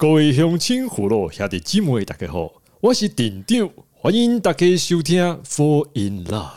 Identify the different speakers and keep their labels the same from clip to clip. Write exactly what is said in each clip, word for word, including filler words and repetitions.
Speaker 1: 各位乡亲父老兄弟姊妹大家好，我是店长，欢迎大家收听《Fall in Love》。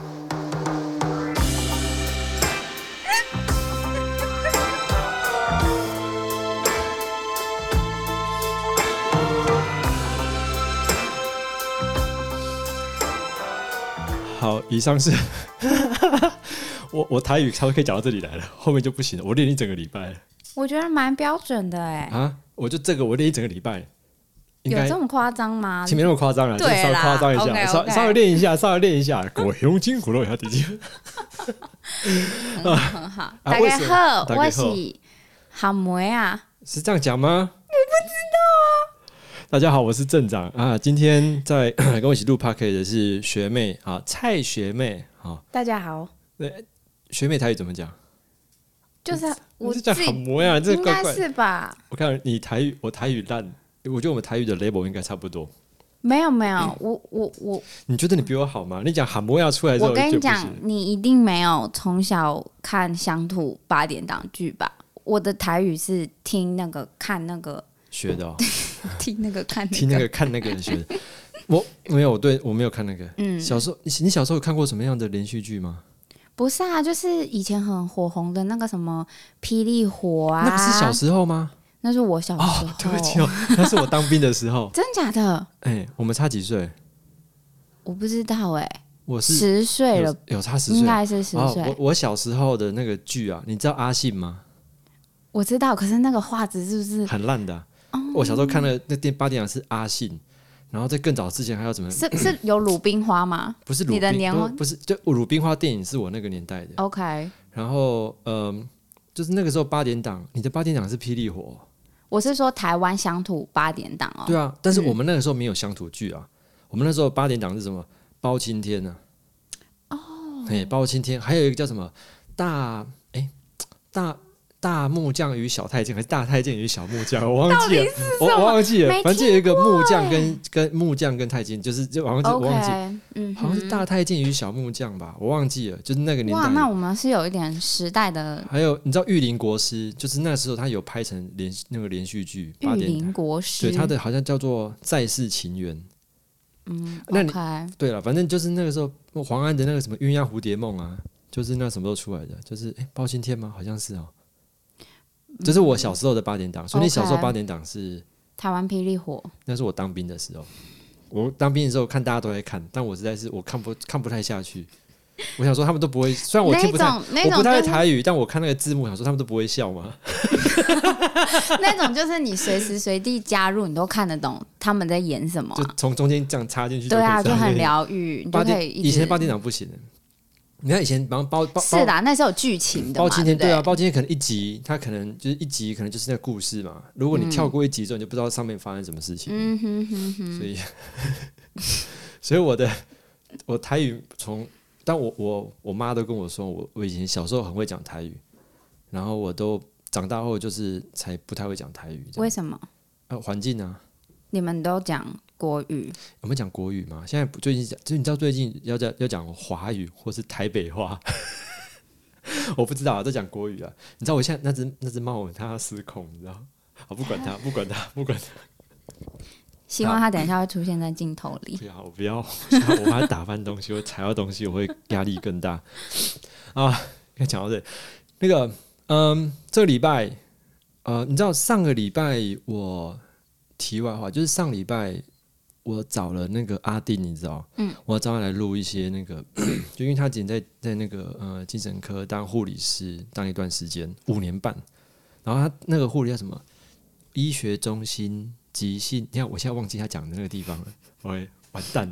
Speaker 1: 好，以上是我我台语差不多可以讲到这里来了，后面就不行了。我练一整个礼拜了。
Speaker 2: 我觉得蛮标准的哎、
Speaker 1: 啊！我就这个我练一整个礼拜，
Speaker 2: 有这么夸张吗？
Speaker 1: 其实没那么夸张啦，就是稍微夸张一下，
Speaker 2: okay, okay
Speaker 1: 稍稍微练一下，稍微练一下，我胸筋骨肉下底筋。
Speaker 2: 很好，很好。大家好，我是韩梅啊，
Speaker 1: 是这样讲吗？你不知道啊？大家好，我是镇长啊。今天在跟我一起录 podcast 的是学妹啊，蔡学妹啊。
Speaker 2: 大家好。
Speaker 1: 对，学妹台语怎么讲？
Speaker 2: 就是我
Speaker 1: 是讲韩模呀，这
Speaker 2: 应该是吧？
Speaker 1: 我看你台语，我台语烂，我觉得我们台语的 level 应该差不多。
Speaker 2: 没有没有，嗯、我我我，
Speaker 1: 你觉得你比我好吗？你讲韩模呀出来之后，
Speaker 2: 我跟你讲，你一定没有从小看乡土八点档剧吧？我的台语是听那个看那个
Speaker 1: 学的、哦，
Speaker 2: 听那个看、那个、
Speaker 1: 听那个看那个人学的。我没有，对我没有看那个。嗯，小时候你你小时候有看过什么样的连续剧吗？
Speaker 2: 不是啊，就是以前很火红的那个什么霹雳火啊，
Speaker 1: 那不是小时候吗？
Speaker 2: 那是我小时候。
Speaker 1: 哦，对不起哦，那是我当兵的时候。
Speaker 2: 真假的？
Speaker 1: 哎、欸，我们差几岁？
Speaker 2: 我不知道哎、欸。
Speaker 1: 我是
Speaker 2: 十岁了，
Speaker 1: 有差十岁，
Speaker 2: 应该是十岁、
Speaker 1: 哦。我我小时候的那个剧啊，你知道阿信吗？
Speaker 2: 我知道，可是那个画质是不是
Speaker 1: 很烂的、啊
Speaker 2: 哦？
Speaker 1: 我小时候看的那电八点档是阿信。然后在更早之前还有什么？
Speaker 2: 是是有鲁冰花吗？
Speaker 1: 不是鲁冰，你的年不, 不是，就鲁冰花电影是我那个年代的。
Speaker 2: OK。
Speaker 1: 然后，嗯，就是那个时候八点档，你的八点档是霹雳火。
Speaker 2: 我是说台湾乡土八点档哦。
Speaker 1: 对啊，但是我们那个时候没有乡土剧啊。嗯、我们那时候八点档是什么？包青天啊。哦。哎，包青天，还有一个叫什么大哎大。大木匠与小太监，还是大太监与小木匠？我忘记了，我我忘记了。反正有一个木匠跟跟木匠跟太监，就是就好像就、okay, 我忘记，嗯，好像是大太监与小木匠吧，我忘记了，就是那个年代。
Speaker 2: 哇，那我们是有一点时代的。
Speaker 1: 还有，你知道《玉林国师》，就是那时候他有拍成连那个连续剧。
Speaker 2: 玉林国师，
Speaker 1: 对，他的好像叫做《再世情缘》。
Speaker 2: 嗯，
Speaker 1: 那你
Speaker 2: okay
Speaker 1: 对了，反正就是那个时候黄安的那个什么鸳鸯蝴蝶梦啊，就是那什么时候出来的？就是哎，包青天吗？好像是哦。这是我小时候的八点档，所以你小时候八点档是
Speaker 2: 台湾霹雳火。
Speaker 1: 那是我当兵的时候，我当兵的时候看大家都在看，但我实在是我看不看不太下去。我想说他们都不会，虽然我听不太，我不太会台语，但我看那个字幕，想说他们都不会笑吗？
Speaker 2: 那种就是你随时随地加入，你都看得懂他们在演什么、啊，
Speaker 1: 就从中间这样插进去就可以。
Speaker 2: 对啊，就很疗愈。你就可以
Speaker 1: 以前八点档不行的。你看以前，包包包
Speaker 2: 是的，那是有剧情的嘛。
Speaker 1: 包青天
Speaker 2: 对,
Speaker 1: 对啊，包青天可能一集，它可能就是一集，可能就是那个故事嘛。如果你跳过一集之后，你就不知道上面发生什么事情。
Speaker 2: 嗯哼哼哼。
Speaker 1: 所以，所以我的我台语从，但我我我妈都跟我说，我我以前小时候很会讲台语，然后我都长大后就是才不太会讲台语。
Speaker 2: 为什么？
Speaker 1: 呃，环境啊。
Speaker 2: 你们都讲国语？
Speaker 1: 我们讲国语吗？现在最近讲，就是你知道最近要讲要讲华语或是台北话，我不知道啊，都讲国语啊。你知道我现在那只那只猫它失控，你知道？我不管它，不管它，不管它。
Speaker 2: 希望它等一下会出现在镜头里。
Speaker 1: 不要，我不要，我怕它打翻东西，我踩到东西，我会压力更大啊。讲到这，那个，嗯，这个礼拜，呃，你知道上个礼拜我。题外话就是上礼拜我找了那个阿丁，你知道，嗯，我找他来录一些那个，就因为他之前在在那个呃精神科当护理师当一段时间五年半，然后他那个护理叫什么医学中心急性，你看我现在忘记他讲的那个地方了，喂，完蛋了，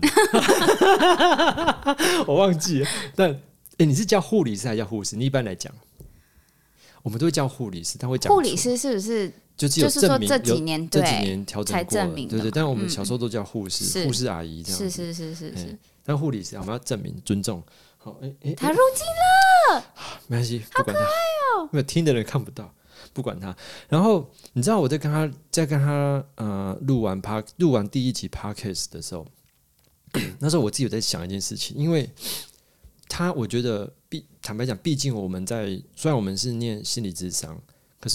Speaker 1: 我忘记了，但哎、欸，你是叫护理师还是叫护士？你一般来讲，我们都会叫护理师，他会讲
Speaker 2: 护理师是不是？
Speaker 1: 就是有证明，
Speaker 2: 就是说这几年
Speaker 1: 这几年调整过了，
Speaker 2: 才证明
Speaker 1: 对对。但我们小时候都叫护士、护、嗯、士阿姨这样子，
Speaker 2: 是是是是是。
Speaker 1: 但护理师我们要证明尊重。好，哎、欸、哎，
Speaker 2: 他入境了，
Speaker 1: 没关系，不管他，哦、没有听的人看不到，不管他。然后你知道我在跟他在跟他呃录完 p 录完第一集 podcast 的时候，那时候我自己有在想一件事情，因为他我觉得毕坦白讲，毕竟我们在虽然我们是念心理咨商，可是。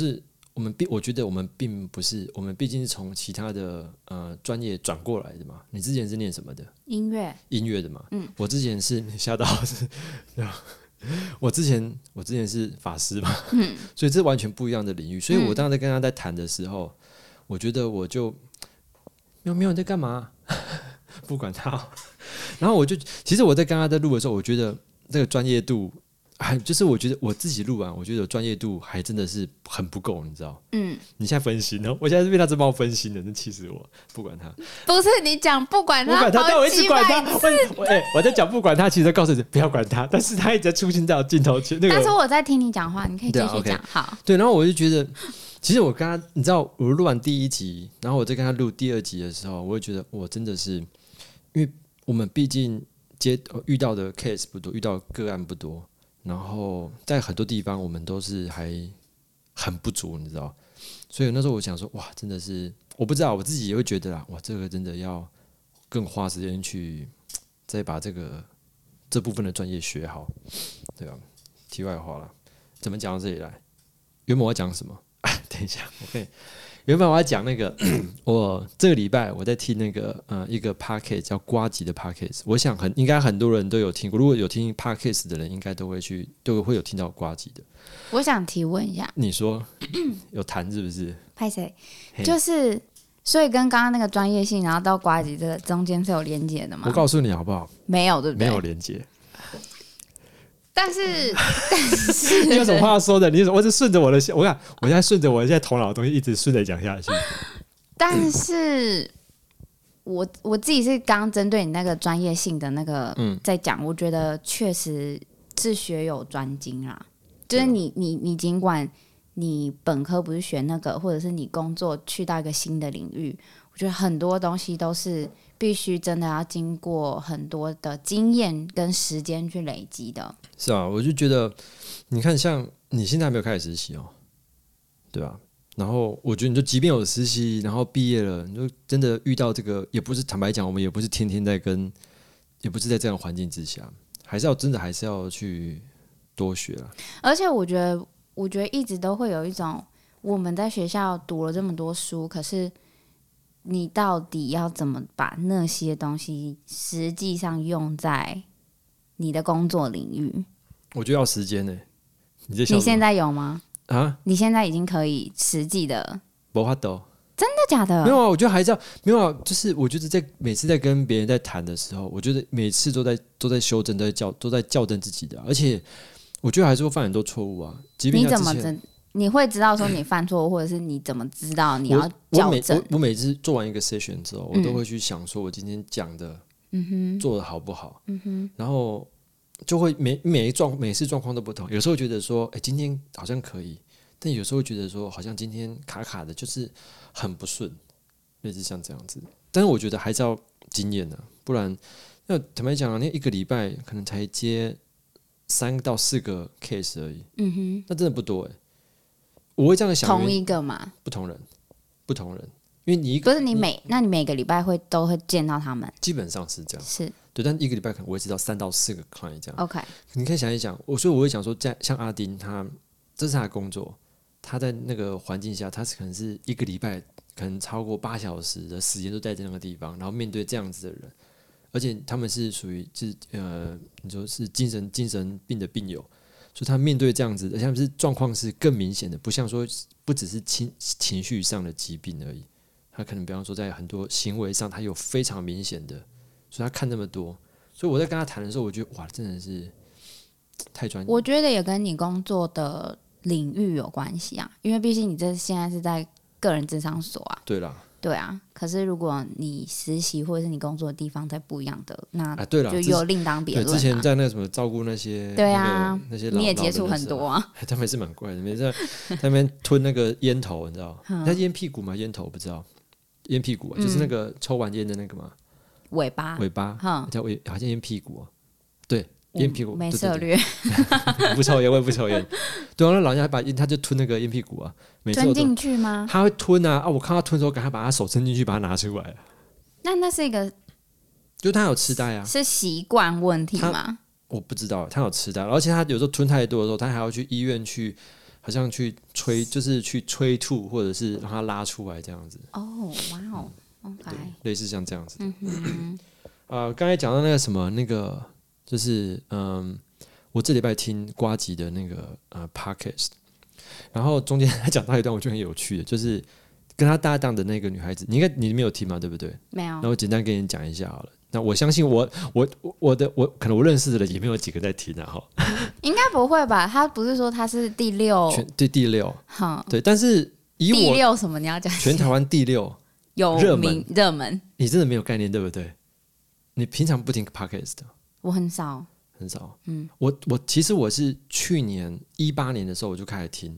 Speaker 1: 我们并我觉得我们并不是，我们毕竟是从其他的呃专业转过来的嘛。你之前是念什么的？
Speaker 2: 音乐，
Speaker 1: 音乐的嘛。
Speaker 2: 嗯，
Speaker 1: 我之前是吓到是，我之前我之前是法师嘛，嗯，所以这完全不一样的领域。所以我当时在跟他在谈的时候，我觉得我就没有没有你在干嘛，不管他。然后我就其实我在跟他在录的时候，我觉得这个专业度。还就是我觉得我自己录完，我觉得专业度还真的是很不够，你知道？嗯，你现在分心了，我现在是被他这帮分心的，真气死我！不管他，
Speaker 2: 不是你讲不管他，
Speaker 1: 不管他，但我一直管他。我哎、欸，我在讲不管他，其实告诉你不要管他，但是他一直在出现在我镜头前。那个，
Speaker 2: 但是我在听你讲话，你可以继续讲。好，
Speaker 1: 对，然后我就觉得，其实我跟他，你知道，我录完第一集，然后我再跟他录第二集的时候，我会觉得我真的是，因为我们毕竟接遇到的 case 不多，遇到的个案不多。然后在很多地方我们都是还很不足，你知道，所以那时候我想说，哇，真的是我不知道，我自己也会觉得啦，哇，这个真的要更花时间去再把这个这部分的专业学好，对吧？题外话了，怎么讲到这里来？原本我要讲什么？等一下，我可以。原本我要讲那个，我这个礼拜我在听那个呃一个 podcast 叫呱吉的 podcast， 我想很应该很多人都有听过，如果有听 podcast 的人，应该都会去都会有听到呱吉的。
Speaker 2: 我想提问一下，
Speaker 1: 你说有谈是不是？
Speaker 2: 拍谁？就是所以跟刚刚那个专业性，然后到呱吉这个中间是有连接的吗？
Speaker 1: 我告诉你好不好？
Speaker 2: 没有，对不对？
Speaker 1: 没有连接。
Speaker 2: 但是，但是
Speaker 1: 你有什么话说的？你我是顺着我的，我看我现在顺着我现在头脑的东西一直顺着讲下去。
Speaker 2: 但是我我自己是刚针对你那个专业性的那个在讲，嗯、我觉得确实是学有专精啦。就是你你你尽管你本科不是学那个，或者是你工作去到一个新的领域，我觉得很多东西都是必须真的要经过很多的经验跟时间去累积的。
Speaker 1: 是啊，我就觉得，你看，像你现在还没有开始实习哦，对吧？然后我觉得，你就即便有实习，然后毕业了，你就真的遇到这个，也不是坦白讲，我们也不是天天在跟，也不是在这样的环境之下，还是要真的还是要去多学啊。
Speaker 2: 而且我觉得，我觉得一直都会有一种，我们在学校读了这么多书，可是你到底要怎么把那些东西实际上用在你的工作领域？我
Speaker 1: 觉得要时间呢、欸。你,
Speaker 2: 你现在有吗？
Speaker 1: 啊？
Speaker 2: 你现在已经可以实际的？
Speaker 1: 没办法。
Speaker 2: 真的假的？
Speaker 1: 没有啊，我觉得还是要没有啊。就是我觉得在每次在跟别人在谈的时候，我觉得每次都在都在修正，都在校都在校正自己的、啊，而且我觉得还是会犯很多错误啊。即便
Speaker 2: 你怎么真？你会知道说你犯错，或者是你怎么知道你要校正？
Speaker 1: 我 每, 我, 我每次做完一个 session 之后，我都会去想说，我今天讲的，嗯哼，做的好不好？嗯哼，然后就会每每一状每次状况都不同。有时候觉得说，哎、欸，今天好像可以，但有时候觉得说，好像今天卡卡的，就是很不顺，类似像这样子。但是我觉得还是要经验啊，不然要坦白讲啊，那一个礼拜可能才接三到四个 case 而已。嗯哼，那真的不多哎、欸。我会这样想，
Speaker 2: 同一个嘛？
Speaker 1: 不同人，不同人，因为你一
Speaker 2: 个不是你每，你那你每个礼拜会都会见到他们，
Speaker 1: 基本上是这样，
Speaker 2: 是
Speaker 1: 对，但一个礼拜可能我会知道三到四个 client 这样。
Speaker 2: OK，
Speaker 1: 你可以想一想，我所以我会想说，像阿丁他这是他的工作，他在那个环境下，他是可能是一个礼拜可能超过八小时的时间都待在那个地方，然后面对这样子的人，而且他们是属于是呃，你说是精神精神病的病友。所以他面对这样子，而且他们是状况是更明显的，不像说不只是情情绪上的疾病而已，他可能比方说在很多行为上，他有非常明显的，所以他看那么多，所以我在跟他谈的时候，我觉得哇，真的是太专业。
Speaker 2: 我觉得也跟你工作的领域有关系啊，因为毕竟你这现在是在个人諮商所啊。
Speaker 1: 对啦。
Speaker 2: 对啊，可是如果你实习或者是你工作的地方在不一样的，那
Speaker 1: 就
Speaker 2: 有另当别论、啊。
Speaker 1: 对，之前在那什么照顾那些，
Speaker 2: 对啊，
Speaker 1: 那, 那些老
Speaker 2: 你也接触很多啊。
Speaker 1: 他们是蛮怪的，每次在那边吞那个烟头，你知道？那烟屁股吗？烟头不知道，烟屁股、啊嗯、就是那个抽完烟的那个嘛，
Speaker 2: 尾巴，
Speaker 1: 尾巴，叫尾，好像烟屁股、啊，对。烟屁股
Speaker 2: 没涉略，
Speaker 1: 我不抽烟，我也不抽烟。对啊，那老人家把烟，他就吞那个烟屁股啊，每次
Speaker 2: 吞进去吗？
Speaker 1: 他会吞啊啊！我看他吞的时候，赶快把他手伸进去，把它拿出来。
Speaker 2: 那那是一个，
Speaker 1: 就他有痴呆啊，
Speaker 2: 是习惯问题吗？
Speaker 1: 我不知道，他有痴呆，而且他有时候吞太多的时候，他还要去医院去好像去催，就是去催吐，或者是让它拉出来这样子。
Speaker 2: 哦，哇哦 ，OK，
Speaker 1: 类似像这样子的。
Speaker 2: 嗯哼，
Speaker 1: 呃，刚才讲到那个什么，那个就是嗯，我这礼拜听呱吉的那个呃 podcast， 然后中间他讲到一段我觉得很有趣的，就是跟他搭档的那个女孩子，你应该你没有听嘛，对不对？
Speaker 2: 没有。
Speaker 1: 那我简单跟你讲一下好了。那我相信我我我的我可能我认识的人也没有几个在听啊哈。
Speaker 2: 应该不会吧？他不是说他是第六，
Speaker 1: 全对第六，
Speaker 2: 哈，
Speaker 1: 对，但是以
Speaker 2: 第
Speaker 1: 我
Speaker 2: 六什么？你要讲
Speaker 1: 全台湾第六
Speaker 2: 有
Speaker 1: 热
Speaker 2: 名
Speaker 1: 门
Speaker 2: 热门，
Speaker 1: 你真的没有概念对不对？你平常不听 podcast 的？
Speaker 2: 我很少，
Speaker 1: 很少。
Speaker 2: 嗯，
Speaker 1: 我我其实我是去年一八年的时候我就开始听。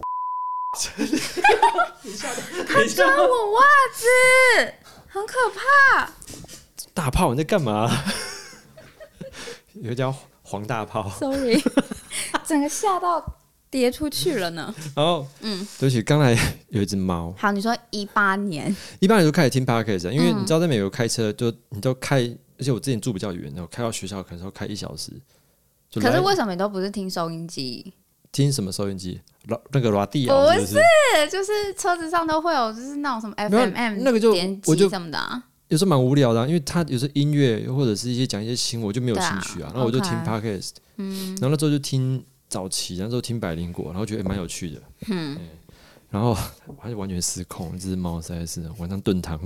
Speaker 2: 他抓我袜子，很可怕。
Speaker 1: 大炮你在干嘛？有个叫黄大炮。
Speaker 2: Sorry， 整个吓到跌出去了呢。
Speaker 1: 然后，嗯，对不起，刚才有一只猫。
Speaker 2: 好，你说一八年，
Speaker 1: 一八年就开始听 podcast， 因为你知道在美国开车就你都开，而且我之前住比较远，然后开到学校可能要开一小时。
Speaker 2: 可是为什么你都不是听收音机？
Speaker 1: 听什么收音机？那个 radio
Speaker 2: 不
Speaker 1: 是，
Speaker 2: 就是车子上都会有，就是那种什么 F M M
Speaker 1: 那个就
Speaker 2: 点
Speaker 1: 我就
Speaker 2: 什么的、啊。
Speaker 1: 有时候蛮无聊的、啊，因为他有时候音乐或者是一些讲一些新闻，我就没有兴趣啊。然后我就听 podcast， 嗯，然后那时候就听早期，那时候听百灵果，然后觉得蛮、欸、有趣的，嗯。然后我还是完全失控，这只猫实在是晚上炖汤，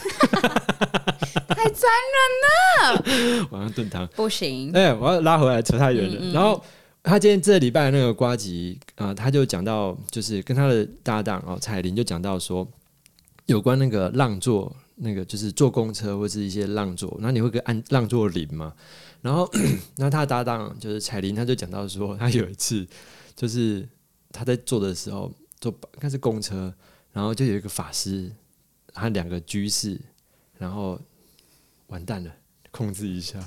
Speaker 2: 太残忍了。
Speaker 1: 晚上炖汤
Speaker 2: 不行，
Speaker 1: 哎、欸，我要拉回来，扯太远了。嗯嗯然后他今天这礼拜那个呱吉啊、呃，他就讲到，就是跟他的搭档哦彩玲就讲到说，有关那个让座，那个就是坐公车或是一些让座，然后你会跟按让座铃嘛？然后那他的搭档就是彩玲，他就讲到说，他有一次就是他在坐的时候。坐应该是公车，然后就有一个法师和两个居士，然后完蛋了，控制一下。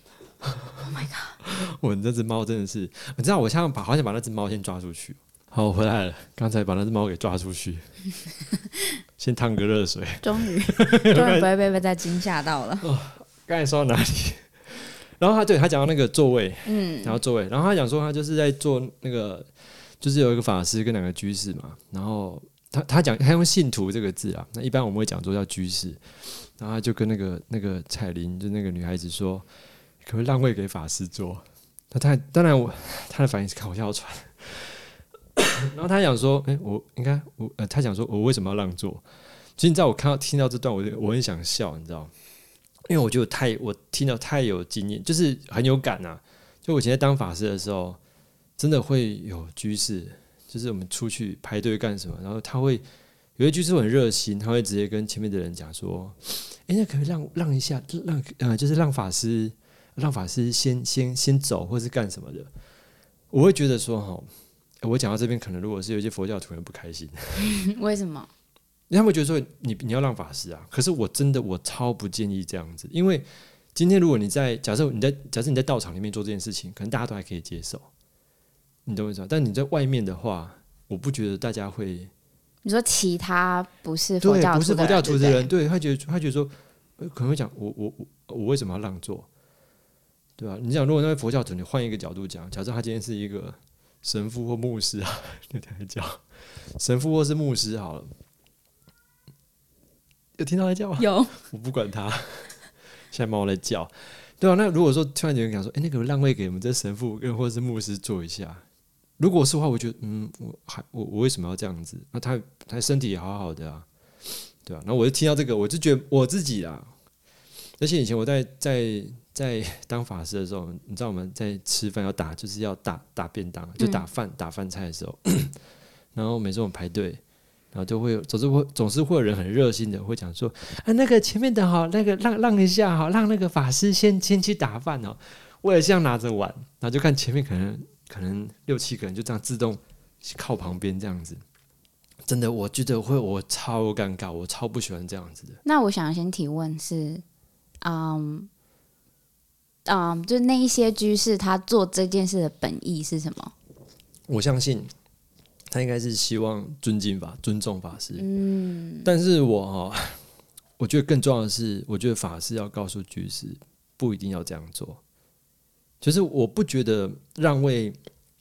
Speaker 2: Oh my god！
Speaker 1: 我那只猫真的是，你知道我现在把好想把那只猫先抓出去。好，我回来了，刚才把那只猫给抓出去，先烫个热水。
Speaker 2: 终于，终于不会被再惊吓到了。
Speaker 1: 哦，刚才说到哪里？然后他对他讲到那个座位，嗯，然后座位，然后他讲说他就是在做那个。就是有一个法师跟两个居士嘛，然后他他讲他用信徒这个字啊，那一般我们会讲说叫居士，然后他就跟那个那个彩玲就那个女孩子说，可不可以让位给法师坐？那他当然我他的反应是口哮喘，然后他讲说，哎、欸，我应该我呃，他讲说我为什么要让座？其实你知道我看到听到这段我我很想笑，你知道，因为我觉得太我听到太有经验，就是很有感啊。就我以前在当法师的时候。真的会有居士，就是我们出去排队干什么，然后他会有些居士很热心，他会直接跟前面的人讲说：“哎、欸，那可以让让一下，让呃，就是让法师让法师先先先走，或是干什么的。”我会觉得说，哈，我讲到这边，可能如果是有一些佛教徒人不开心，
Speaker 2: 为什么？
Speaker 1: 因为他们觉得说你你要让法师啊，可是我真的我超不建议这样子，因为今天如果你在假设你在假设你在道场里面做这件事情，可能大家都还可以接受。你懂我意思吗？但你在外面的话，我不觉得大家会。
Speaker 2: 你说其他不是佛教徒的人，
Speaker 1: 对，不是佛教徒的人，对他觉得他觉得说，可能会讲我我我我为什么要让座，对吧、啊？你讲如果那位佛教徒，你换一个角度讲，假设他今天是一个神父或牧师啊，那台叫神父或是牧师好了，有听到他叫吗？
Speaker 2: 有，
Speaker 1: 我不管他，现在猫在叫，对啊。那如果说突然有人讲说，哎、欸，那个让位给我们这神父跟或者是牧师坐一下。如果是的话，我觉得，嗯，我还我我为什么要这样子？那他他身体也好好的啊，对吧、啊？然后我就听到这个，我就觉得我自己啊，而且以前我在在在当法师的时候，你知道我们在吃饭要打，就是要打打便当，就打饭、嗯、打饭菜的时候，然后每次我们排队，然后就会总是会总是会有人很热心的会讲说，啊，那个前面的哈，那个让让一下哈，让那个法师先先去打饭哦。我也这样拿着碗，然后就看前面可能。可能六七个人就这样自动靠旁边这样子，真的，我觉得会我超尴尬，我超不喜欢这样子的。
Speaker 2: 那我想先提问是，嗯嗯，就那一些居士他做这件事的本意是什么？
Speaker 1: 我相信他应该是希望尊敬法、尊重法师。
Speaker 2: 嗯，
Speaker 1: 但是我哦，我觉得更重要的是，我觉得法师要告诉居士，不一定要这样做。就是我不觉得让位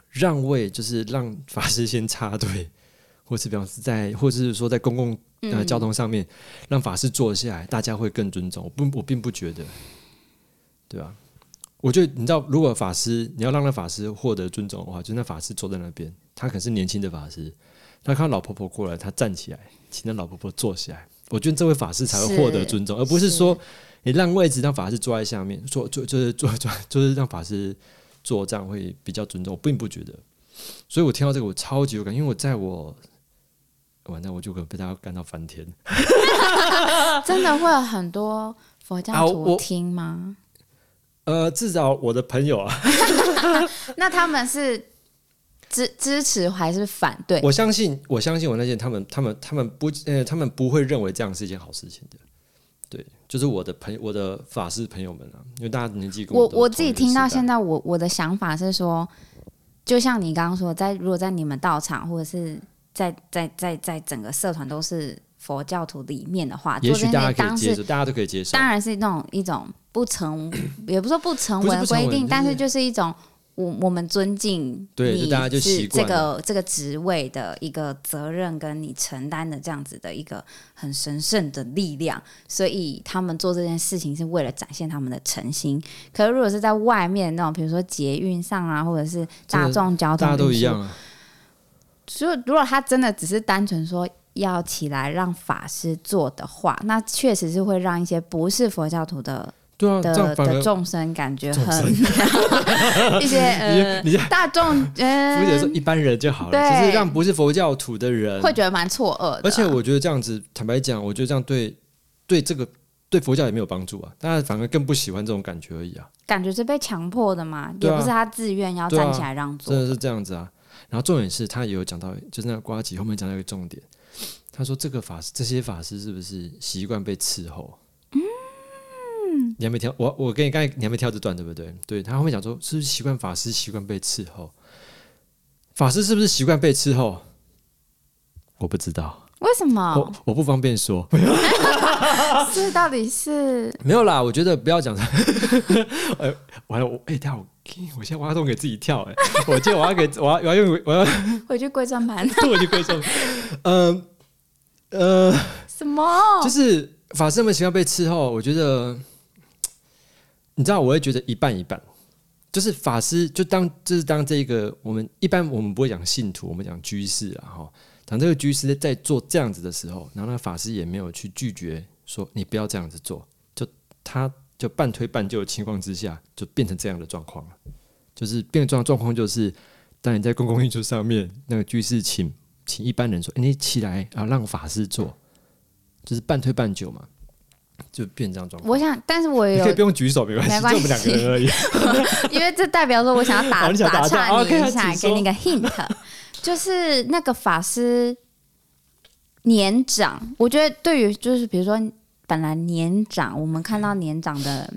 Speaker 1: 让位就是让法师先插队，或是比方是在，或者是说在公共呃交通上面、嗯、让法师坐下来，大家会更尊重。我不，我并不觉得，对吧、啊？我觉得你知道，如果法师你要让那法师获得尊重的话，就是那法师坐在那边，他可能是年轻的法师，他看到老婆婆过来，他站起来，请那老婆婆坐下来。我觉得这位法师才会获得尊重，而不是说你让位置让法师坐在下面，坐坐就是坐坐就是让法师坐，这样会比较尊重。我并不觉得，所以我听到这个我超级有感，因为我在我完蛋，我就可能被大家干到翻天。
Speaker 2: 真的会有很多佛教徒听吗？
Speaker 1: 啊呃，至少我的朋友啊，
Speaker 2: 那他们是支支持还是反对？
Speaker 1: 我相信，我相信我那些他们，他们，他们不，呃，他们不会认为这样是一件好事情的。对，就是我的朋友，我的法师朋友们啊，因为大家年纪跟我
Speaker 2: 我我自己听到现在，我我的想法是说，就像你刚刚说，在如果在你们道场或者是在在在在整个社团都是佛教徒里面的话，
Speaker 1: 也许大家可以接受，大家都可以接受。
Speaker 2: 当然是那种一种不成，也不是说不成文规定，但是就是一种我我们尊敬你是这个这个职位的一个责任，跟你承担的这样子的一个很神圣的力量，所以他们做这件事情是为了展现他们的诚心。可是如果是在外面那种，比如说捷运上啊，或者是大众交通，
Speaker 1: 大家都一样啊。
Speaker 2: 所以如果他真的只是单纯说要起来让法师做的话，那确实是会让一些不是佛教徒的
Speaker 1: 对啊
Speaker 2: 的的众生感觉很一些呃大众呃，
Speaker 1: 不是说一般人就好了，就是让不是佛教徒的人
Speaker 2: 会觉得蛮错愕的。
Speaker 1: 而且我觉得这样子，坦白讲，我觉得这样对对这个对佛教也没有帮助啊，大家反而更不喜欢这种感觉而已啊。
Speaker 2: 感觉是被强迫的嘛，啊、也不是他自愿要站起来让座、
Speaker 1: 啊，真的是这样子啊。然后重点是他也有讲到，就是那个呱吉后面讲到一个重点，他说这个法师这些法师是不是习惯被伺候？嗯，你还没跳，我我跟你刚才你还没跳这段对不对？对，他后面讲说是不是习惯法师习惯被伺候？法师是不是习惯被伺候？我不知道，
Speaker 2: 为什么？
Speaker 1: 我我不方便说。
Speaker 2: 是到底是
Speaker 1: 没有啦？我觉得不要讲。呃，完了，我哎，跳、欸，我现在挖洞给自己跳哎、欸！我记得我要给我要我要用我要
Speaker 2: 回去跪转盘，
Speaker 1: 回去跪转盘。嗯呃，呃，
Speaker 2: 什么？
Speaker 1: 就是法师们习惯被伺候，我觉得。你知道，我会觉得一半一半，就是法师就当就是当这个我们一般我们不会讲信徒，我们讲居士啊哈。当这个居士在做这样子的时候，然后那个法师也没有去拒绝说你不要这样子做，就他就半推半就的情况之下，就变成这样的状况了。就是变成状况就是，当你在公共运输上面，那个居士请请一般人说，欸、你起来啊，让法师做，就是半推半就嘛。就变这样状况。
Speaker 2: 我想，但是我有，
Speaker 1: 你可以不用举手，没关系，就我们两个人而已。
Speaker 2: 因为这代表说我想要打、
Speaker 1: 哦、打
Speaker 2: 打岔你一下，
Speaker 1: okay,
Speaker 2: 给你一个 hint， 就是那个法师年长，我觉得对于就是比如说本来年长，我们看到年长的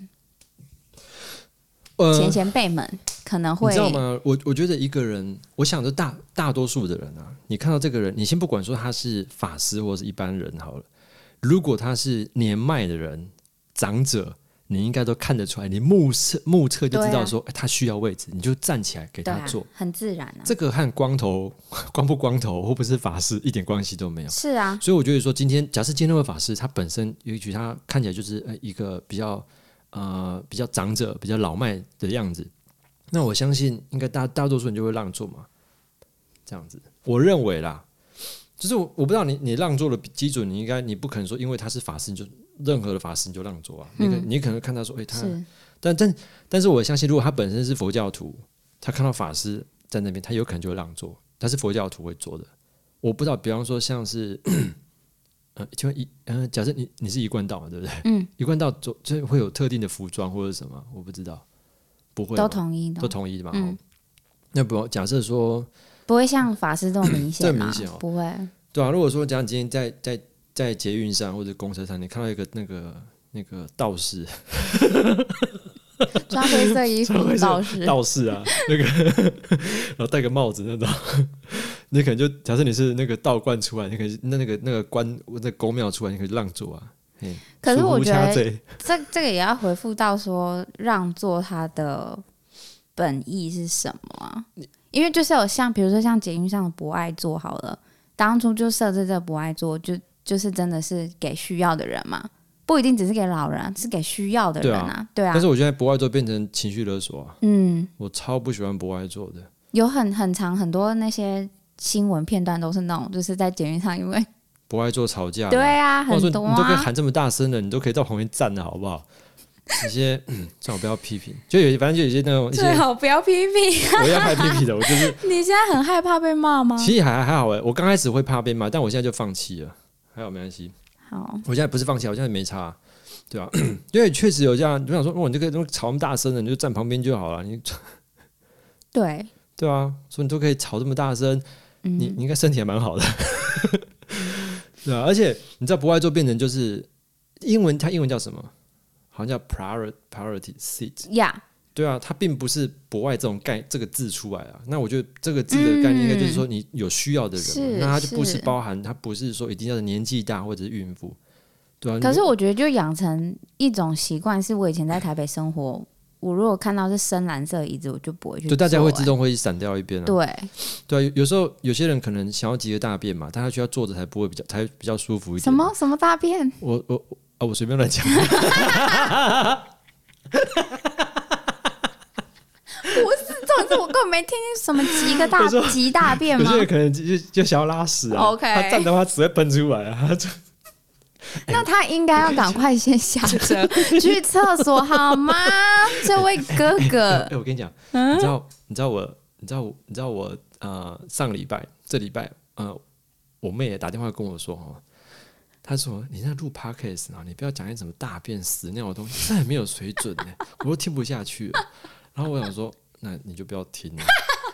Speaker 2: 前前辈们、呃、可能会，
Speaker 1: 你知道吗？我我觉得一个人，我想着大大多数的人啊，你看到这个人，你先不管说他是法师或是一般人好了。如果他是年迈的人、长者，你应该都看得出来，你目测目测就知道说、啊欸、他需要位置，你就站起来给他做，
Speaker 2: 啊、很自然啊。
Speaker 1: 这个和光头、光不光头或不是法师一点关系都没有。
Speaker 2: 是啊，
Speaker 1: 所以我觉得说，今天假设今天那位法师他本身，也许他看起来就是一个比较呃比较长者、比较老迈的样子，那我相信应该大大多数人就会让座嘛，这样子，我认为啦。就是我我不知道你你让座的基准，你应该你不可能说因为他是法师，你就任何的法师你就让座啊。嗯、你可你可能看他说，哎、欸，他，但但但是我相信，如果他本身是佛教徒，他看到法师在那边，他有可能就会让座。他是佛教徒会做的。我不知道，比方说像是，呃，就一呃，假设你你是一贯道嘛，对不对？嗯。一贯道就就会有特定的服装或者什么，我不知道，不会
Speaker 2: 都统一的，
Speaker 1: 都统一的嘛。嗯。那不假设说。
Speaker 2: 不会像法师这么明显，
Speaker 1: 这么明显哦，
Speaker 2: 不会。
Speaker 1: 对啊，如果说假如今天在在在捷运上或者公车上，你看到一个那个那个道士，
Speaker 2: 穿灰色衣服的道士，
Speaker 1: 道士啊，那个然后戴个帽子那种，你可能就假设你是那个道观出来，你可以那那个那个官那宫庙出来，你可以让座啊。
Speaker 2: 可是我觉得这这个也要回复到说让座它的本意是什么啊？ 因为就是有像比如说像捷运上的博爱座好了，当初就设置这个博爱座，就就是真的是给需要的人嘛，不一定只是给老人，是给需要的人啊，对 啊, 对啊。
Speaker 1: 但是我觉得博爱座变成情绪勒索啊，嗯，我超不喜欢博爱座的。
Speaker 2: 有很很长很多那些新闻片段都是那种，就是在捷运上因为
Speaker 1: 博爱座吵架，
Speaker 2: 对啊，很多啊，
Speaker 1: 你都可以喊这么大声了，你都可以到旁边站了，好不好？一些嗯，最好不要批评，就有反正就有些那种，
Speaker 2: 最好不要批评。
Speaker 1: 我要害批评的，我就是
Speaker 2: 你现在很害怕被骂吗？
Speaker 1: 其实还还好哎，我刚开始会怕被骂，但我现在就放弃了，还好没关系。
Speaker 2: 好，
Speaker 1: 我现在不是放弃，我现在没差，对吧、啊？因为确实有这样，我想说，哇，你这个吵那么大声的，你就站旁边就好了，你
Speaker 2: 对
Speaker 1: 对啊，所以你都可以吵这么大声，嗯、你你应该身体还蛮好的，对啊，而且你知道博爱座变成就是英文，它英文叫什么？好像叫 priority priority seat，
Speaker 2: 呀、yeah.
Speaker 1: 对啊，它并不是博爱这种概这个字出来啊。那我觉得这个字的概念应该就是说你有需要的人，
Speaker 2: 嗯、
Speaker 1: 那它就不是包含，它不是说一定要年纪大或者是孕妇，对啊。
Speaker 2: 可是我觉得就养成一种习惯，是我以前在台北生活，我如果看到是深蓝色的椅子，我就不会去坐、欸。
Speaker 1: 对，大家会自动会闪掉一边啊。
Speaker 2: 对
Speaker 1: 对啊，有时候有些人可能想要急着大便嘛，但他需要坐着才不会比较才比较舒服一点。
Speaker 2: 什么什么大便？
Speaker 1: 我我啊，我随便乱讲。
Speaker 2: 不是，重点是我根本没听见什么急个大急大便吗？
Speaker 1: 有些人可能就就想要拉屎啊。
Speaker 2: OK，
Speaker 1: 他站的话只会喷出来啊。
Speaker 2: 那他应该要赶快先下车去厕所好吗？这位哥哥，
Speaker 1: 哎、欸，我跟你讲、嗯，你知道，你知道我，你知道我，你知道我，呃，上个礼拜，这礼拜，呃，我妹也打电话跟我说哦。他说：“你那录 podcast 啊，你不要讲一些什么大便屎尿的东西，这很没有水准呢，我都听不下去了。”然后我想说：“那你就不要听了。”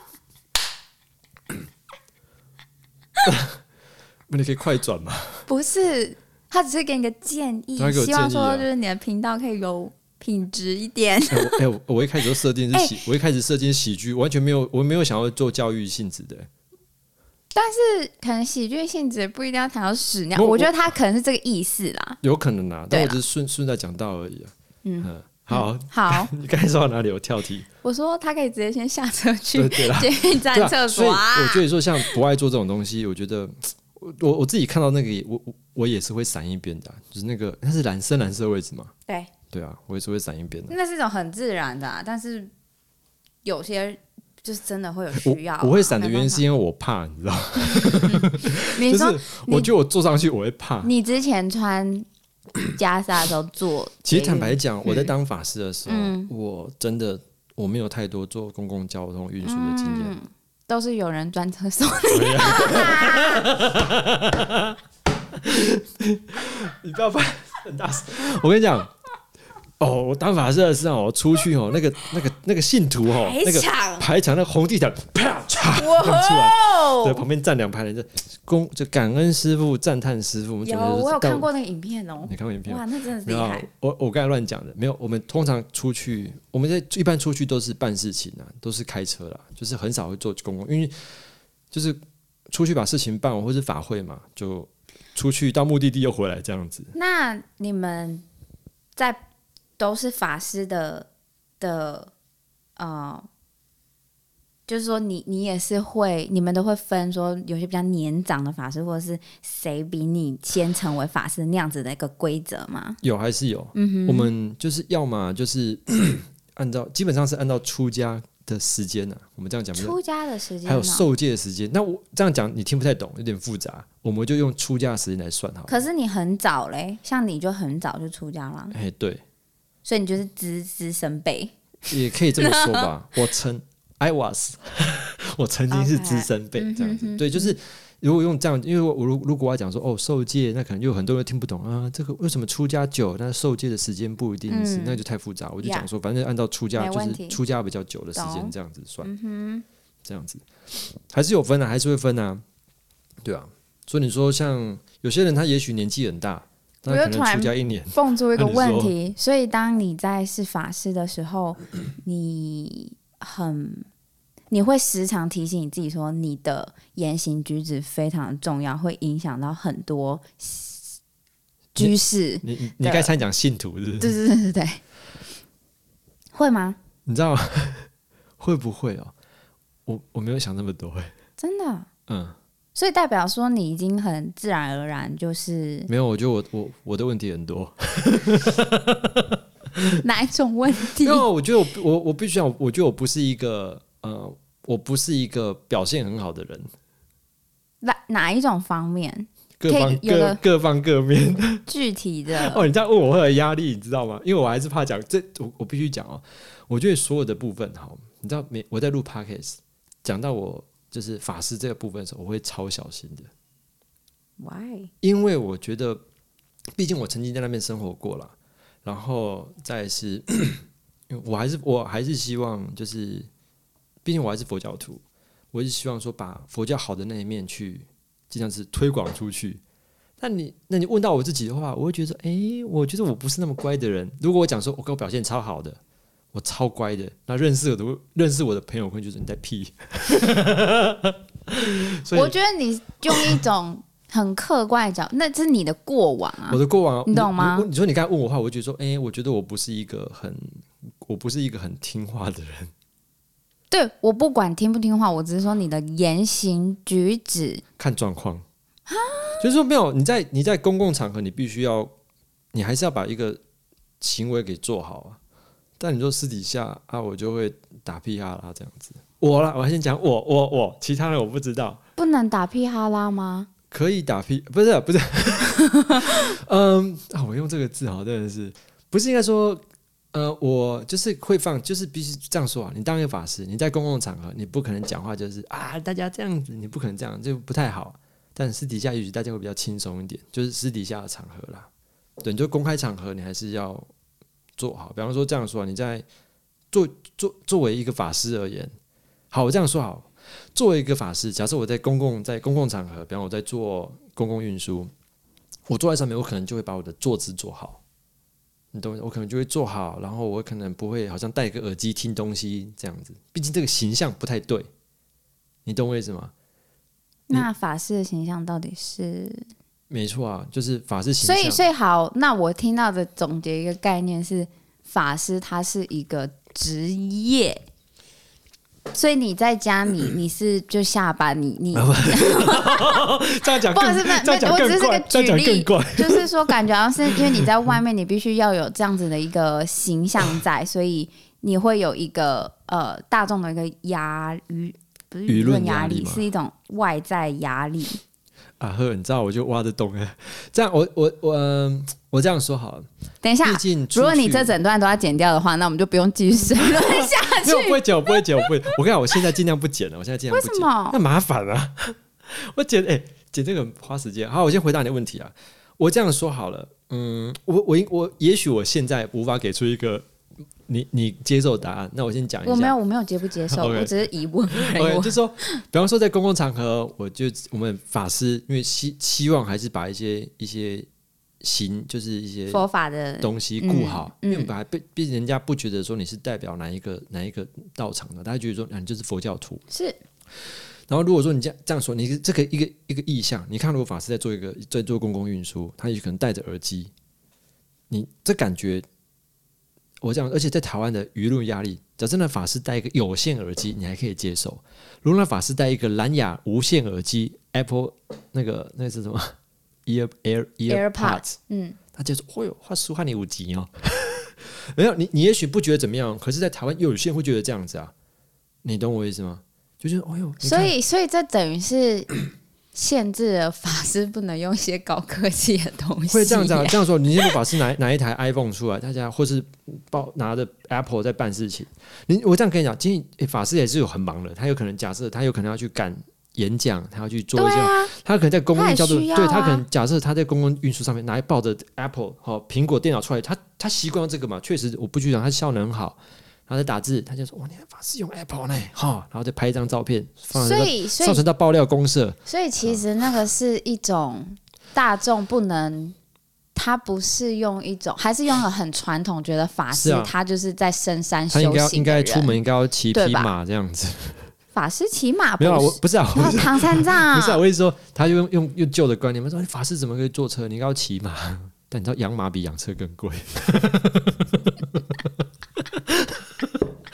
Speaker 1: 那你可以快转吗？
Speaker 2: 不是，他只是给你个建议，
Speaker 1: 建议啊、
Speaker 2: 希望说就是你的频道可以有品质一点。
Speaker 1: 哎、欸，我, 欸、我一开始就设定是喜、欸，我一开始设定喜剧，完全没有，我没有想要做教育性质的。
Speaker 2: 但是可能喜剧性质不一定要谈到屎尿，我, 我觉得他可能是这个意思啦，
Speaker 1: 有可能啦，但我只是顺顺带讲到而已、啊。嗯，嗯好、
Speaker 2: 嗯、好，
Speaker 1: 你刚才说到哪里？我跳题。
Speaker 2: 我说他可以直接先下车去捷运站厕所啊。
Speaker 1: 所以我觉得说像不爱做这种东西，我觉得我我自己看到那个我我也是会闪一边的、啊，就是那个那是蓝深蓝色的位置嘛。
Speaker 2: 对
Speaker 1: 对啊，我也是会闪一边的。
Speaker 2: 那是一种很自然的、啊，但是有些。就是真的会有需要、啊
Speaker 1: 我，我会闪的原因是因为我怕，你知道？
Speaker 2: 你说，
Speaker 1: 就是我觉得我坐上去我会怕。
Speaker 2: 你之前穿袈裟的时候坐，
Speaker 1: 其实坦白讲、嗯，我在当法师的时候、嗯，我真的我没有太多坐公共交通运输的经验、嗯，
Speaker 2: 都是有人专车送
Speaker 1: 你。你不要拍很大声，我跟你讲。哦，我当法师的时候，我出去哦，那个、那个、那个信徒哦，那个排场，那个红地毯啪嚓出来，对，旁边站两排人，就恭就感恩师父，赞叹师父。
Speaker 2: 有，我有看过那个影片哦。
Speaker 1: 你看过影片？
Speaker 2: 哇，那真的是厉害。
Speaker 1: 我我刚才乱讲的，没有。我们通常出去，我们在一般出去都是办事情啊，都是开车啦，就是很少会坐公共，因为就是出去把事情办完，或是法会嘛，就出去到目的地又回来这样子。
Speaker 2: 那你们在？都是法师的的呃，就是说你你也是会，你们都会分说有些比较年长的法师，或者是谁比你先成为法师那样子的一个规则吗？
Speaker 1: 有还是有？嗯哼，我们就是要么就是按照基本上是按照出家的时间啊，我们这样讲，
Speaker 2: 出家的时间、哦、
Speaker 1: 还有受戒的时间。那我这样讲你听不太懂，有点复杂，我们就用出家的时间来算好了。
Speaker 2: 可是你很早嘞，像你就很早就出家了。
Speaker 1: 哎，对。
Speaker 2: 所以你就是资资深辈，
Speaker 1: 也可以这么说吧。我曾 I was 我曾经是资深辈这样子。Okay. 对，就是如果用这样，因为我如如果要讲说哦受戒，那可能就有很多人听不懂啊。这个为什么出家久，但受戒的时间不一定是、嗯，那就太复杂。我就讲说，反正按照出家就是出家比较久的时间这样子算，嗯、这样子还是有分啊，还是会分啊。对啊，所以你说像有些人他也许年纪很大。
Speaker 2: 我就突然蹦出一个问题，所以当你在是法师的时候，你很你会时常提醒你自己说，你的言行举止非常的重要，会影响到很多居士。
Speaker 1: 你你你刚才讲信徒是不是？
Speaker 2: 对对对对对，会吗？
Speaker 1: 你知道会不会哦？ 我我没有想那么多哎，
Speaker 2: 真的，
Speaker 1: 嗯，
Speaker 2: 所以代表说你已经很自然而然就是
Speaker 1: 没有，我觉得我我我的问题很多。
Speaker 2: 哪一种问题？
Speaker 1: 因为我觉得我我我必须讲，我觉得我不是一个呃，我不是一个表现很好的人。
Speaker 2: 哪哪一种方面？
Speaker 1: 各方各各方各面
Speaker 2: 具体的
Speaker 1: 哦，你这样问我会有压力，你知道吗？因为我还是怕讲这，我我必须讲哦。我觉得所有的部分，好，你知道，没我在录 podcast 讲到我就是法师这个部分的时候，我会超小心的。
Speaker 2: Why？
Speaker 1: 因为我觉得，毕竟我曾经在那边生活过了。然后再是，我还是我还是希望，就是毕竟我还是佛教徒，我是希望说把佛教好的那一面去尽量是推广出去。那你那你问到我自己的话，我会觉得说，哎、欸，我觉得我不是那么乖的人。如果我讲说我跟我表现超好的，我超乖的，那认识我的认识我的朋友会觉得你在屁。
Speaker 2: 我觉得你用一种很客观的角，那是你的过往啊，
Speaker 1: 我的过往，
Speaker 2: 你懂吗？
Speaker 1: 你, 你说你刚才问我的话，我会觉得说，哎、欸，我觉得我不是一个很，我不是一个很听话的人。
Speaker 2: 对，我不管听不听话，我只是说你的言行举止
Speaker 1: 看状况，就是说没有你在你在公共场合，你必须要，你还是要把一个行为给做好啊。但你说私底下啊，我就会打屁哈啦这样子。我啦，我先讲我我我，其他人我不知道。
Speaker 2: 不能打屁哈啦吗？
Speaker 1: 可以打屁，不是不是，嗯啊，我用这个字好，真的是不是应该说，呃，我就是会放，就是必须这样说啊。你当一个法师，你在公共场合，你不可能讲话就是啊，大家这样子，你不可能这样，就不太好。但私底下也许大家会比较轻松一点，就是私底下的场合啦。对，你就公开场合，你还是要做好。比方说这样说、啊，你在做做作为一个法师而言，好，我这样说好。作为一个法师，假设我在公共在公共场合，比方我在做公共运输，我坐在上面，我可能就会把我的坐姿做好，你懂？我可能就会做好，然后我可能不会好像戴个耳机听东西这样子，毕竟这个形象不太对，你懂我意思吗？
Speaker 2: 那法师的形象到底是？
Speaker 1: 没错啊，就是法师形象。
Speaker 2: 所以，所以好，那我听到的总结一个概念是，法师他是一个职业。所以你在家你你是就下班你你
Speaker 1: 这样讲更
Speaker 2: 不是不是，
Speaker 1: 这样讲更怪，这样讲更怪。
Speaker 2: 就是说感觉好像是因为你在外面，你必须要有这样子的一个形象在，所以你会有一个呃大众的一个压舆不是舆论压力，是一种外在压力。
Speaker 1: 啊呵，你知道我就挖得动哎，这样我我我、呃、我这样说好了。
Speaker 2: 等一下，如果你这整段都要剪掉的话，那我们就不用继续深论下去。
Speaker 1: 没有，不会剪，我不会剪，我不会。我跟你讲，我现在尽量不剪了，我现在尽量不剪。
Speaker 2: 为什么？
Speaker 1: 那麻烦啊！我剪哎、欸，剪这个花时间。好，我先回答你的问题啊。我这样说好了，嗯，我我我也许我现在无法给出一个你你接受的答案。那我先讲一下。
Speaker 2: 我没有，我没有接不接受， okay. 我只是疑问而已。
Speaker 1: Okay, 就是说，比方说在公共场合，我就我们法师，因为希希望还是把一些一些行，就是一些
Speaker 2: 佛法的
Speaker 1: 东西顾好，
Speaker 2: 嗯嗯、
Speaker 1: 因为本来被被人家不觉得说你是代表哪一个哪一个道场的，大家觉得说、啊、你就是佛教徒
Speaker 2: 是。
Speaker 1: 然后如果说你这样这样说，你这个一个一个意象，你看如果法师在做一个在做公共运输，他也可能戴着耳机，你这感觉。我讲，而且在台湾的舆论压力，假设那法师戴一个有线耳机，你还可以接受；如果那法师戴一个蓝牙无线耳机 ，Apple 那个那个是什么 Ear Air
Speaker 2: AirPods， 嗯，
Speaker 1: 他就说：“哦哟，话说话你五级哦。”没有，你你也许不觉得怎么样，可是，在台湾又有些人会觉得这样子啊，你懂我意思吗？就觉得哦哟，
Speaker 2: 所以所以这等于是。限制了法师不能用一些高科技的东西，
Speaker 1: 会这样子啊？这样说，你如果法师拿拿一台 iPhone 出来，大家或是抱拿着 Apple 在办事情，你我这样跟你讲，今天、欸、法师也是有很忙的，他有可能假设他有可能要去赶演讲，他要去做一些，
Speaker 2: 啊、
Speaker 1: 他可能在公共交通，
Speaker 2: 他啊、
Speaker 1: 对他可能假设他在公共运输上面拿抱着 Apple 和苹果电脑出来，他他习惯这个嘛，确实我不去讲，他效能很好。然后再打字，他就说：“哇，你的法师用 Apple 呢，哈！”然后再拍一张照片，放
Speaker 2: 所以
Speaker 1: 上传到爆料公社。
Speaker 2: 所以其实那个是一种大众不能，他不是用一种，还是用了很传统，觉得法师他就是在深山修行的人，
Speaker 1: 他应该应该出门应该要骑匹马这样子。
Speaker 2: 法师骑马
Speaker 1: 没有，我不是啊，
Speaker 2: 然后唐三藏
Speaker 1: 不是啊，我意思说，他用用用旧的观念，他说法师怎么可以坐车？你应该要骑马，但你知道养马比养车更贵。这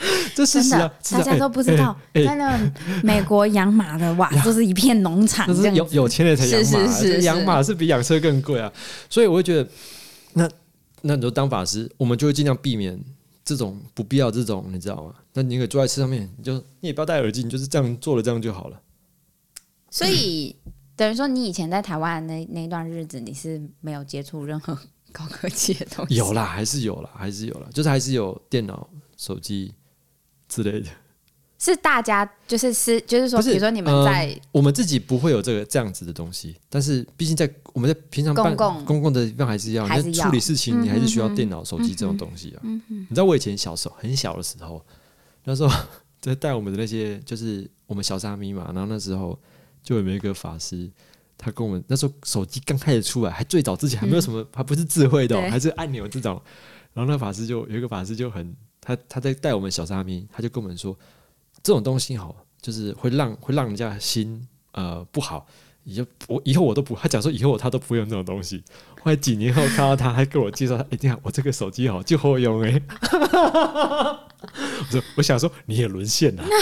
Speaker 1: 这是事啊，
Speaker 2: 大家都不知道，欸欸、在那美国养马的哇，都是一片农场，
Speaker 1: 就是有有钱人才养马，
Speaker 2: 是是是，
Speaker 1: 养马是比养车更贵啊。所以我会觉得，那那你就当法师，我们就会尽量避免这种不必要这种，你知道吗？那你可以坐在车上面，你就你也不要戴耳机，你就是这样做了，这样就好了。
Speaker 2: 所以等于说，你以前在台湾那那段日子，你是没有接触任何高科技的东西？
Speaker 1: 有啦，还是有啦，还是有啦，就是还是有电脑、手机之类的。
Speaker 2: 是大家就是是就是说，比如说你们在、呃、
Speaker 1: 我们自己不会有这个这样子的东西，但是毕竟在我们在平常办公共公共的地方还是要，
Speaker 2: 还是要
Speaker 1: 处理事情，你还是需要电脑、嗯、手机这种东西啊、嗯。你知道我以前小时候很小的时候，那时候在带我们的那些就是我们小沙弥嘛，然后那时候就有一个法师。他跟我们那时候手机刚开始出来，还最早之前还没有什么，嗯、还不是智慧的、喔，还是按钮这种。然后那法师就有一个法师就很他他在带我们小沙弥，他就跟我们说，这种东西好，就是会让会让人家心呃不好。以后我以后我都不，他讲说以后他都不会用这种东西。后来几年后看到他，还跟我介绍，哎、欸，你看我这个手机好就好用哎、欸。我说我想说你也沦陷了，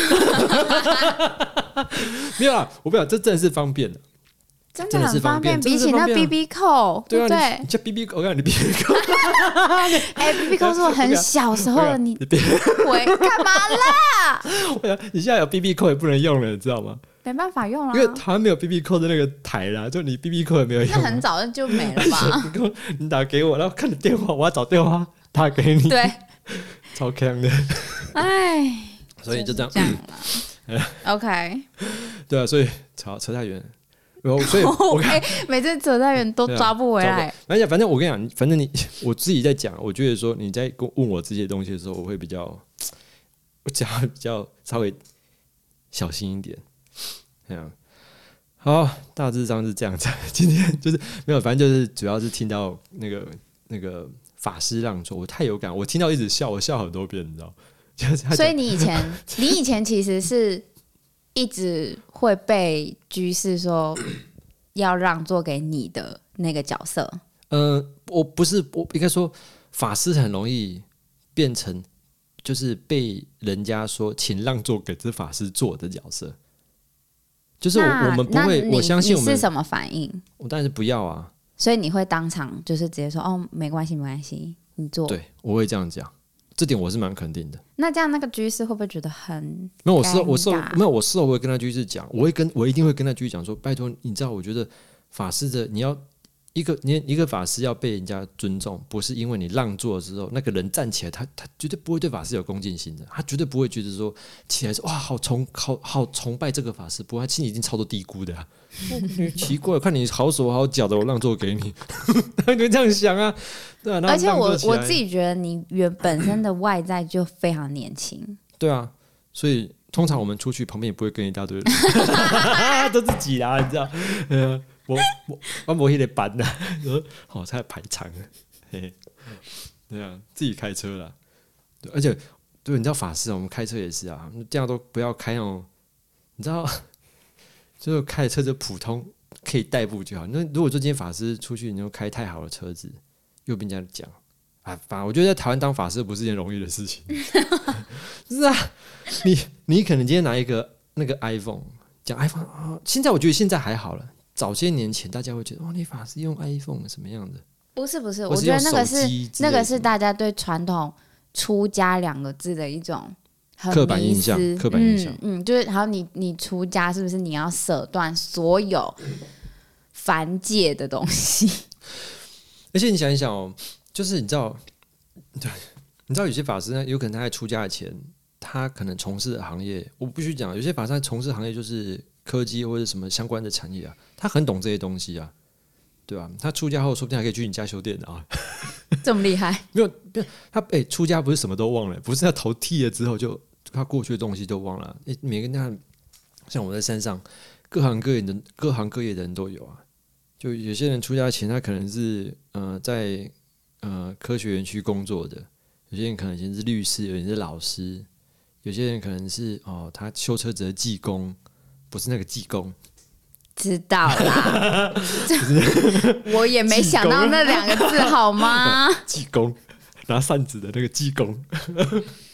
Speaker 1: 没有啦，我不想这真的是方便的。
Speaker 2: 真的很方便，比起那 B B 扣，对不对？
Speaker 1: 你叫 B B 扣，我告诉你 B B 扣，
Speaker 2: 哎 ，B B 扣是我很小时候的，你喂干嘛啦？
Speaker 1: 你现在有 B B 扣也不能用了，你知道吗？
Speaker 2: 没办法用了、啊，
Speaker 1: 因为台湾没有 B B 扣的那个台啦，就你 B B 扣也没有用。
Speaker 2: 那很早就没了吧？
Speaker 1: 你, 你打给我，然后看你电话，我要找电话打给你，
Speaker 2: 对，
Speaker 1: 超强的。哎，所以就这样，
Speaker 2: 这样了。OK，
Speaker 1: 对啊，所以扯扯太远了。所以我看、
Speaker 2: okay, 每次扯太远都抓不回来。
Speaker 1: 反正反正我跟你讲，反正你我自己在讲，我觉得说你在问我这些东西的时候，我会比较我讲比较稍微小心一点。这样好，大致上是这样子。今天就是没有，反正就是主要是听到那个那个法师让座，我太有感，我听到一直笑，我笑很多遍，你知道？
Speaker 2: 所以你以前你以前其实是。一直会被居士说要让座给你的那个角色。
Speaker 1: 呃，我不是，我应该说法师很容易变成就是被人家说请让座给这法师做的角色。就是 我, 我们不会，我相信我们
Speaker 2: 你是什么反应？
Speaker 1: 我当然是不要啊。
Speaker 2: 所以你会当场就是直接说哦，没关系，没关系，你做。
Speaker 1: 对，我会这样讲。这点我是蛮肯定的。
Speaker 2: 那这样那个居士会不会觉得很
Speaker 1: 没有？我事后我事后没有，我事后我会跟他居士讲，我会跟我一定会跟他居士讲说，拜托，你知道，我觉得法师的你要一个你一个法师要被人家尊重，不是因为你让座之后那个人站起来，他他绝对不会对法师有恭敬心的，他绝对不会觉得说起来说哇好崇好好崇拜这个法师，不过他心里已经超多低估的、啊。奇怪，看你好手好脚的，我让座给你，他就这样想啊。对啊，
Speaker 2: 而且我我自己觉得你原本身的外在就非常年轻。
Speaker 1: 对啊，所以通常我们出去旁边也不会跟一大堆人，都自己啦，你知道？呃，我我我没那个班的，好才排场啊，嘿嘿，对啊，自己开车啦。而且对，你知道法师，我们开车也是啊，这样都不要开哦。你知道，就是开车就普通可以代步就好。那如果说今天法师出去，你就开太好的车子。又被人家讲啊，反正我觉得在台湾当法师不是一件容易的事情。是啊，你你可能今天拿一个那个 iPhone 讲 iPhone、哦、现在我觉得现在还好了。早些年前大家会觉得哦，你法师用 iPhone 什么样的？
Speaker 2: 不是不是，我觉得那个是那个是大家对传统出家两个字的一种
Speaker 1: 刻板印象，刻板印象，
Speaker 2: 嗯嗯，就是好，你你出家是不是你要舍断所有凡界的东西？
Speaker 1: 而且你想一想哦，就是你知道，对，你知道有些法师呢，有可能他在出家的前，他可能从事的行业，我必须讲，有些法师在从事行业就是科技或者什么相关的产业啊，他很懂这些东西啊，对吧？他出家后，说不定还可以去你家修电啊，
Speaker 2: 这么厉害？
Speaker 1: 没有，没有，他哎、欸，出家不是什么都忘了，不是他头剃了之后就他过去的东西都忘了。哎、欸，每个人像我在山上，各行各业的各行各业的人都有啊。就有些人出家前，他可能是呃在呃科学园区工作的；有些人可能以前是律师，有人是老师；有些人可能是哦，他修车子的技工，不是那个技工。
Speaker 2: 知道啦，我也没想到那两个字，好吗？
Speaker 1: 技工拿扇子的那个技工。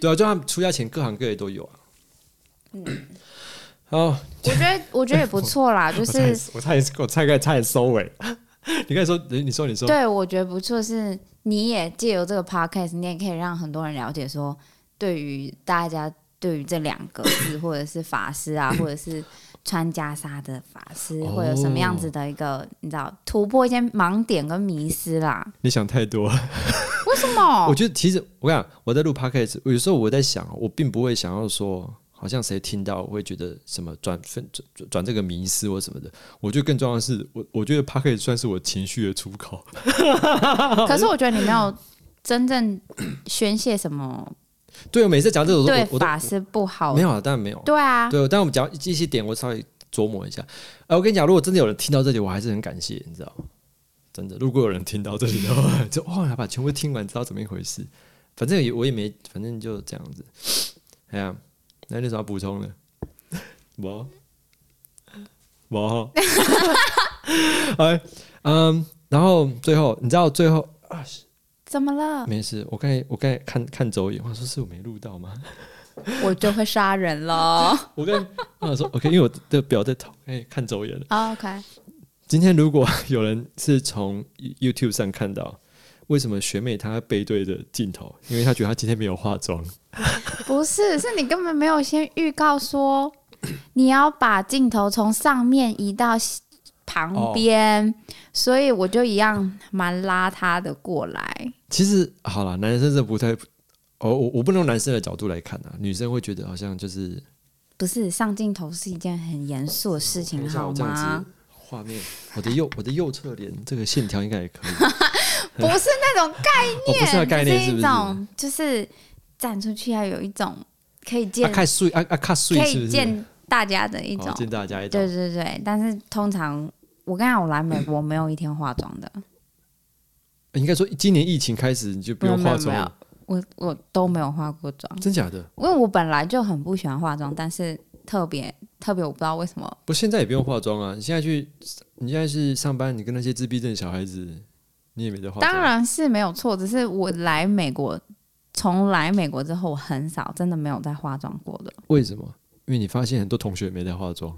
Speaker 1: 对啊，就他们出家前各行各业都有啊。嗯，好，
Speaker 2: 我觉得我觉得也不错啦，就是
Speaker 1: 我差点我差点差点收尾。你刚才说，你说你说，
Speaker 2: 对，我觉得不错，是你也借由这个 podcast， 你也可以让很多人了解说，对于大家对于这两个字，或者是法师啊，或者是穿袈裟的法师，会有什么样子的一个，你知道，突破一些盲点跟迷思啦。
Speaker 1: 你想太多了。
Speaker 2: 为什么？
Speaker 1: 我觉得其实我跟你讲，我在录 podcast， 有时候我在想，我并不会想要说。好像谁听到会觉得什么转转这个迷思或什么的，我觉得更重要的是，我我觉得 Podcast 算是我情绪的出口。
Speaker 2: 可是我觉得你没有真正宣泄什么。
Speaker 1: 对，我每次讲这种
Speaker 2: 对法师不好，
Speaker 1: 没有啊，当然没有。
Speaker 2: 对啊，
Speaker 1: 对，但我们讲一些点，我稍微琢磨一下。哎，我跟你讲，如果真的有人听到这里，我还是很感谢，你知道，真的，如果有人听到这里的话，就哇，把全部听完，知道怎么一回事。反正我也没，反正就这样子。哎呀。那你有什么要补充的？没，没。哎，嗯，然后最后，你知道最后啊？
Speaker 2: 怎么了？
Speaker 1: 没事，我刚才我刚才看看走眼，我说是我没录到吗？
Speaker 2: 我就会杀人了。
Speaker 1: 我跟我说 OK， 因为我的表在头，哎，看走眼了。
Speaker 2: Oh, OK。
Speaker 1: 今天如果有人是从 YouTube 上看到。为什么学妹她背对着镜头？因为她觉得她今天没有化妆。
Speaker 2: 不是，是你根本没有先预告说你要把镜头从上面移到旁边，哦、所以我就一样蛮邋遢的过来。
Speaker 1: 其实好啦，男生真的不太，哦，我我不能用男生的角度来看啊，女生会觉得好像就是
Speaker 2: 不是上镜头是一件很严肃的事情，好吗？
Speaker 1: 画面，我的右我的右侧脸这个线条应该也可以。
Speaker 2: 不是那种概念，
Speaker 1: 哦、不是那概念，是不是？
Speaker 2: 一种就是站出去要有一种可以见，
Speaker 1: 啊，看水啊啊，看水
Speaker 2: 可以见大家的一种，
Speaker 1: 哦、见大家一种。
Speaker 2: 对对对，但是通常我跟你讲，我来美国没有一天化妆的。
Speaker 1: 应该说，今年疫情开始你就不用化妆了。
Speaker 2: 我我都没有化过妆，
Speaker 1: 真假的？
Speaker 2: 因为我本来就很不喜欢化妆，但是特别特别，我不知道为什么。
Speaker 1: 不，现在也不用化妆啊！你现在去，你现在是上班，你跟那些自闭症小孩子。你也没得化妆，
Speaker 2: 当然是没有错，只是我来美国，从来美国之后，我很少真的没有再化妆过的。
Speaker 1: 为什么？因为你发现很多同学没在化妆。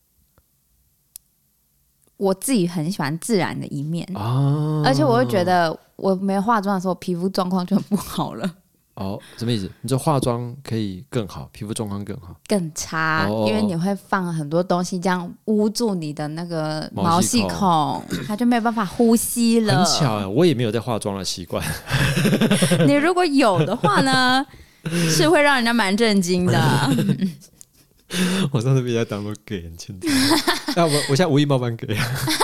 Speaker 2: 我自己很喜欢自然的一面
Speaker 1: 啊，
Speaker 2: 而且我会觉得我没化妆的时候，皮肤状况就很不好了。
Speaker 1: 哦，什么意思？你说化妆可以更好，皮肤状况更好？
Speaker 2: 更差，
Speaker 1: 哦、
Speaker 2: 因为你会放很多东西，这样捂住你的那个毛细孔，它就没有办法呼吸了。
Speaker 1: 很巧啊，我也没有在化妆的习惯。
Speaker 2: 你如果有的话呢，是会让人家蛮震惊的。
Speaker 1: 我上次被人家当作 gay 很欠揍，那我我现在无意冒犯 gay。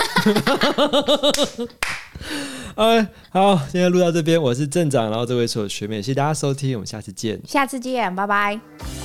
Speaker 1: 哎，好，今天录到这边，我是镇长，然后这位是我学妹，谢谢大家收听，我们下次见，
Speaker 2: 下次见，拜拜。